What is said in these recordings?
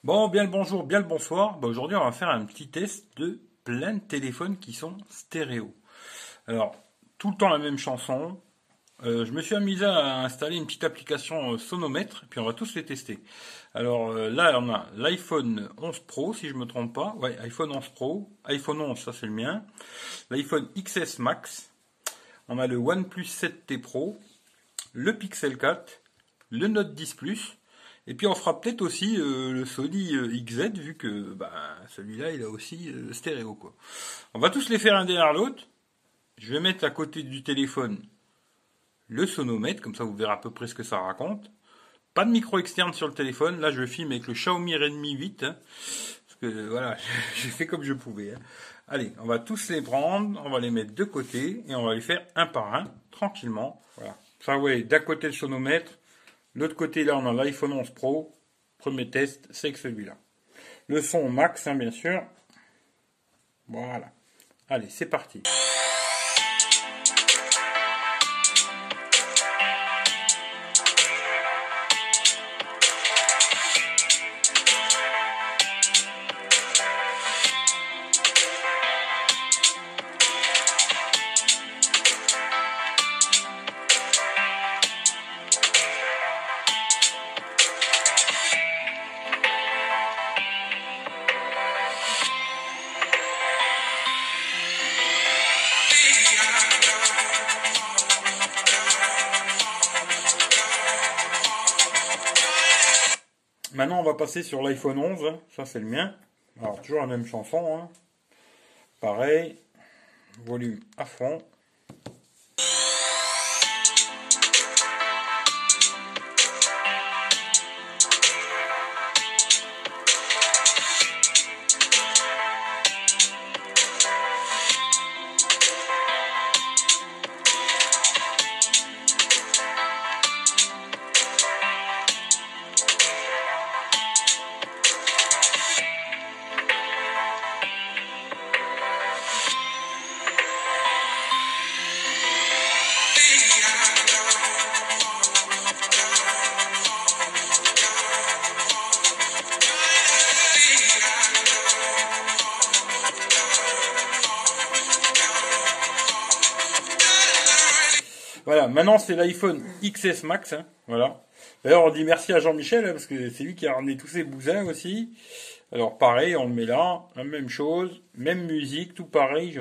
Bon, bien le bonjour, bien le bonsoir. Bah, aujourd'hui, on va faire un petit test de plein de téléphones qui sont stéréo. Alors, tout le temps la même chanson. Je me suis amusé à installer une petite application sonomètre, puis on va tous les tester. Alors là, on a l'iPhone 11 Pro, si je me trompe pas. Ouais, iPhone 11 Pro. iPhone 11, ça c'est le mien. L'iPhone XS Max. On a le OnePlus 7T Pro. Le Pixel 4. Le Note 10 Plus. Et puis on fera peut-être aussi le Sony XZ, vu que bah, celui-là, il a aussi stéréo, quoi. On va tous les faire un derrière l'autre. Je vais mettre à côté du téléphone le sonomètre, comme ça vous verrez à peu près ce que ça raconte. Pas de micro externe sur le téléphone. Là, je filme avec le Xiaomi Redmi 8. Parce que voilà, j'ai fait comme je pouvais. Allez, on va tous les prendre, on va les mettre de côté et on va les faire un par un, tranquillement. Voilà. Ça, ouais, d'un côté le sonomètre. L'autre côté, là, on a l'iPhone 11 Pro. Premier test, c'est que celui-là. Le son max, hein, bien sûr. Voilà. Allez, c'est parti. Maintenant, on va passer sur l'iPhone 11. Ça, c'est le mien. Alors, toujours la même chanson. Hein. Pareil. Volume à fond. Voilà, maintenant c'est l'iPhone XS Max. Hein, voilà. D'ailleurs, on dit merci à Jean-Michel, hein, parce que c'est lui qui a ramené tous ses bousins aussi. Alors pareil, on le met là, la même chose, même musique, tout pareil.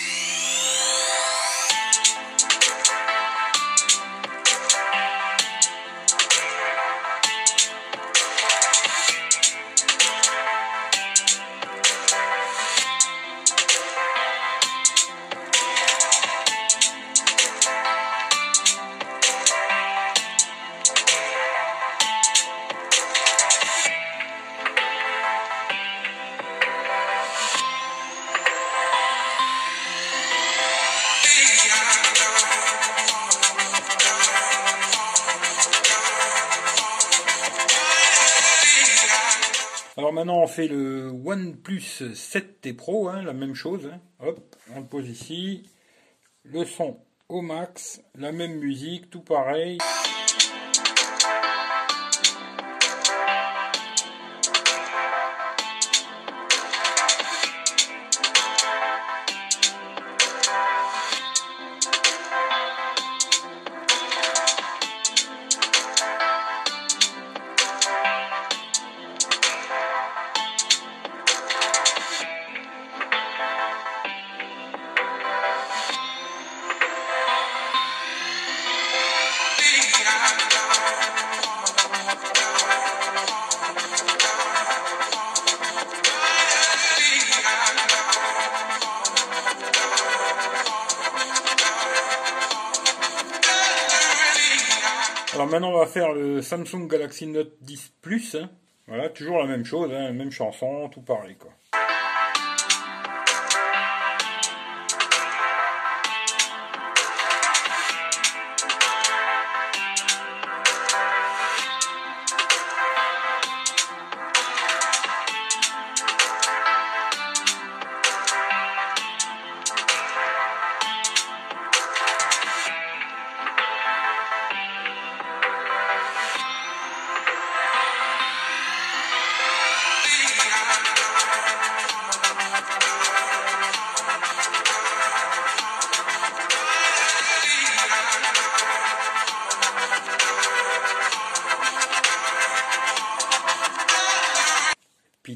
Alors maintenant on fait le OnePlus 7T Pro, hein, la même chose. Hein. Hop, on le pose ici. Le son au max, la même musique, tout pareil. Alors maintenant on va faire le Samsung Galaxy Note 10 Plus. Hein. Voilà, toujours la même chose, hein, même chanson, tout pareil quoi.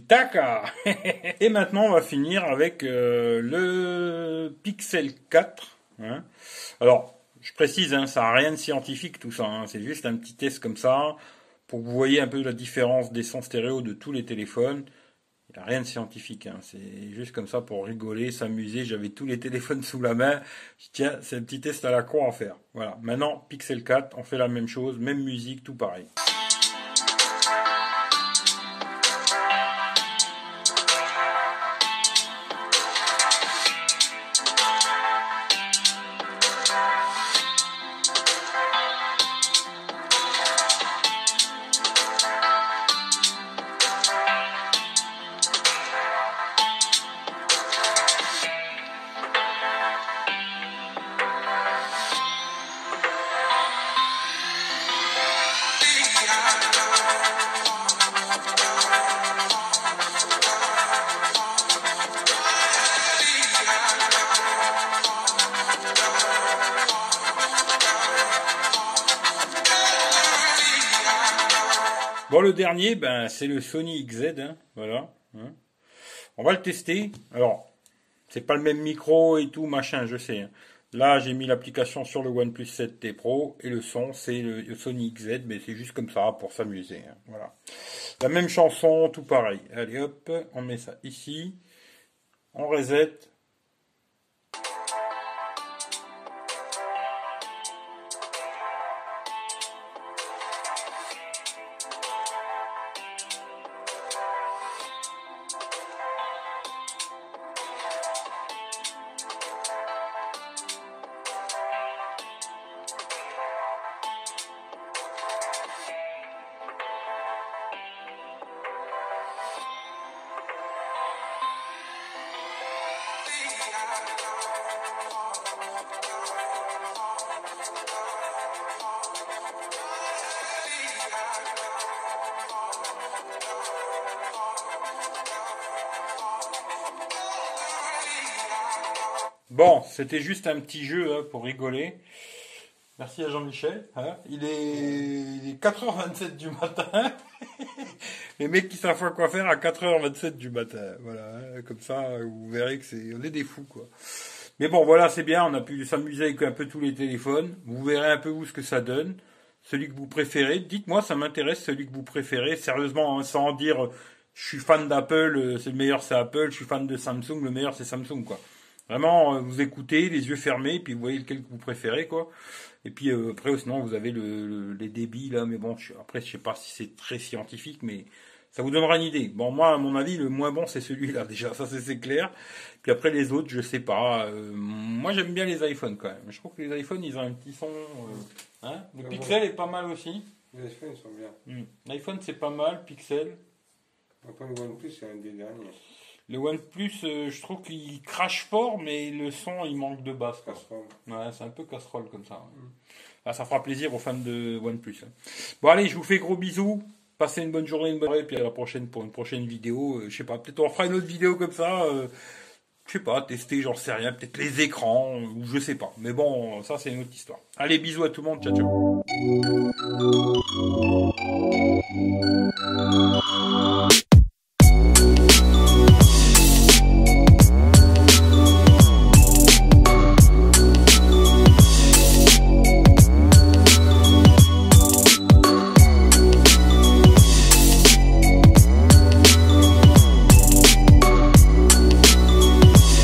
D'accord. Et maintenant, on va finir avec le Pixel 4. Hein. Alors, je précise, hein, ça n'a rien de scientifique tout ça. Hein. C'est juste un petit test comme ça pour que vous voyez un peu la différence des sons stéréo de tous les téléphones. Il n'y a rien de scientifique. Hein. C'est juste comme ça pour rigoler, s'amuser. J'avais tous les téléphones sous la main. Tiens, c'est un petit test à la con à faire. Voilà. Maintenant, Pixel 4, on fait la même chose, même musique, tout pareil. Bon, le dernier, ben, c'est le Sony XZ, hein, voilà. Hein. On va le tester. Alors, c'est pas le même micro et tout, machin, je sais. Hein. Là, j'ai mis l'application sur le OnePlus 7T Pro et le son, c'est le Sony XZ, mais c'est juste comme ça pour s'amuser. Hein, voilà. La même chanson, tout pareil. Allez hop, on met ça ici. On reset. Bon, c'était juste un petit jeu hein, pour rigoler. Merci à Jean-Michel. Hein. Il est 4h27 du matin. Les mecs qui savent pas quoi faire à 4h27 du matin. Voilà, hein. Comme ça, vous verrez que on est des fous, quoi. Mais bon, voilà, c'est bien. On a pu s'amuser avec un peu tous les téléphones. Vous verrez un peu vous ce que ça donne. Celui que vous préférez. Dites-moi, ça m'intéresse, celui que vous préférez. Sérieusement, hein, sans dire, je suis fan d'Apple, c'est le meilleur, c'est Apple. Je suis fan de Samsung, le meilleur, c'est Samsung, quoi. Vraiment, vous écoutez, les yeux fermés, puis vous voyez lequel que vous préférez, quoi. Et puis après, sinon, vous avez les débits, là, mais bon, après, je sais pas si c'est très scientifique, mais ça vous donnera une idée. Bon, moi, à mon avis, le moins bon, c'est celui-là, déjà, ça, c'est clair. Puis après, les autres, je sais pas. Moi, j'aime bien les iPhones, quand même. Je trouve que les iPhones, ils ont un petit son... hein. Le Pixel est pas mal aussi. Les iPhones sont bien. L'iPhone, c'est pas mal, Pixel. Après, le OnePlus, c'est un des derniers. Le OnePlus, je trouve qu'il crache fort, mais le son, il manque de basse. Casserole. Ouais, c'est un peu casserole comme ça. Ah, ça fera plaisir aux fans de OnePlus. Hein. Bon, allez, je vous fais gros bisous. Passez une bonne journée, une bonne soirée, puis à la prochaine pour une prochaine vidéo. Je sais pas, peut-être on fera une autre vidéo comme ça. Je sais pas, tester, j'en sais rien. Peut-être les écrans, ou je sais pas. Mais bon, ça, c'est une autre histoire. Allez, bisous à tout le monde. Ciao, ciao.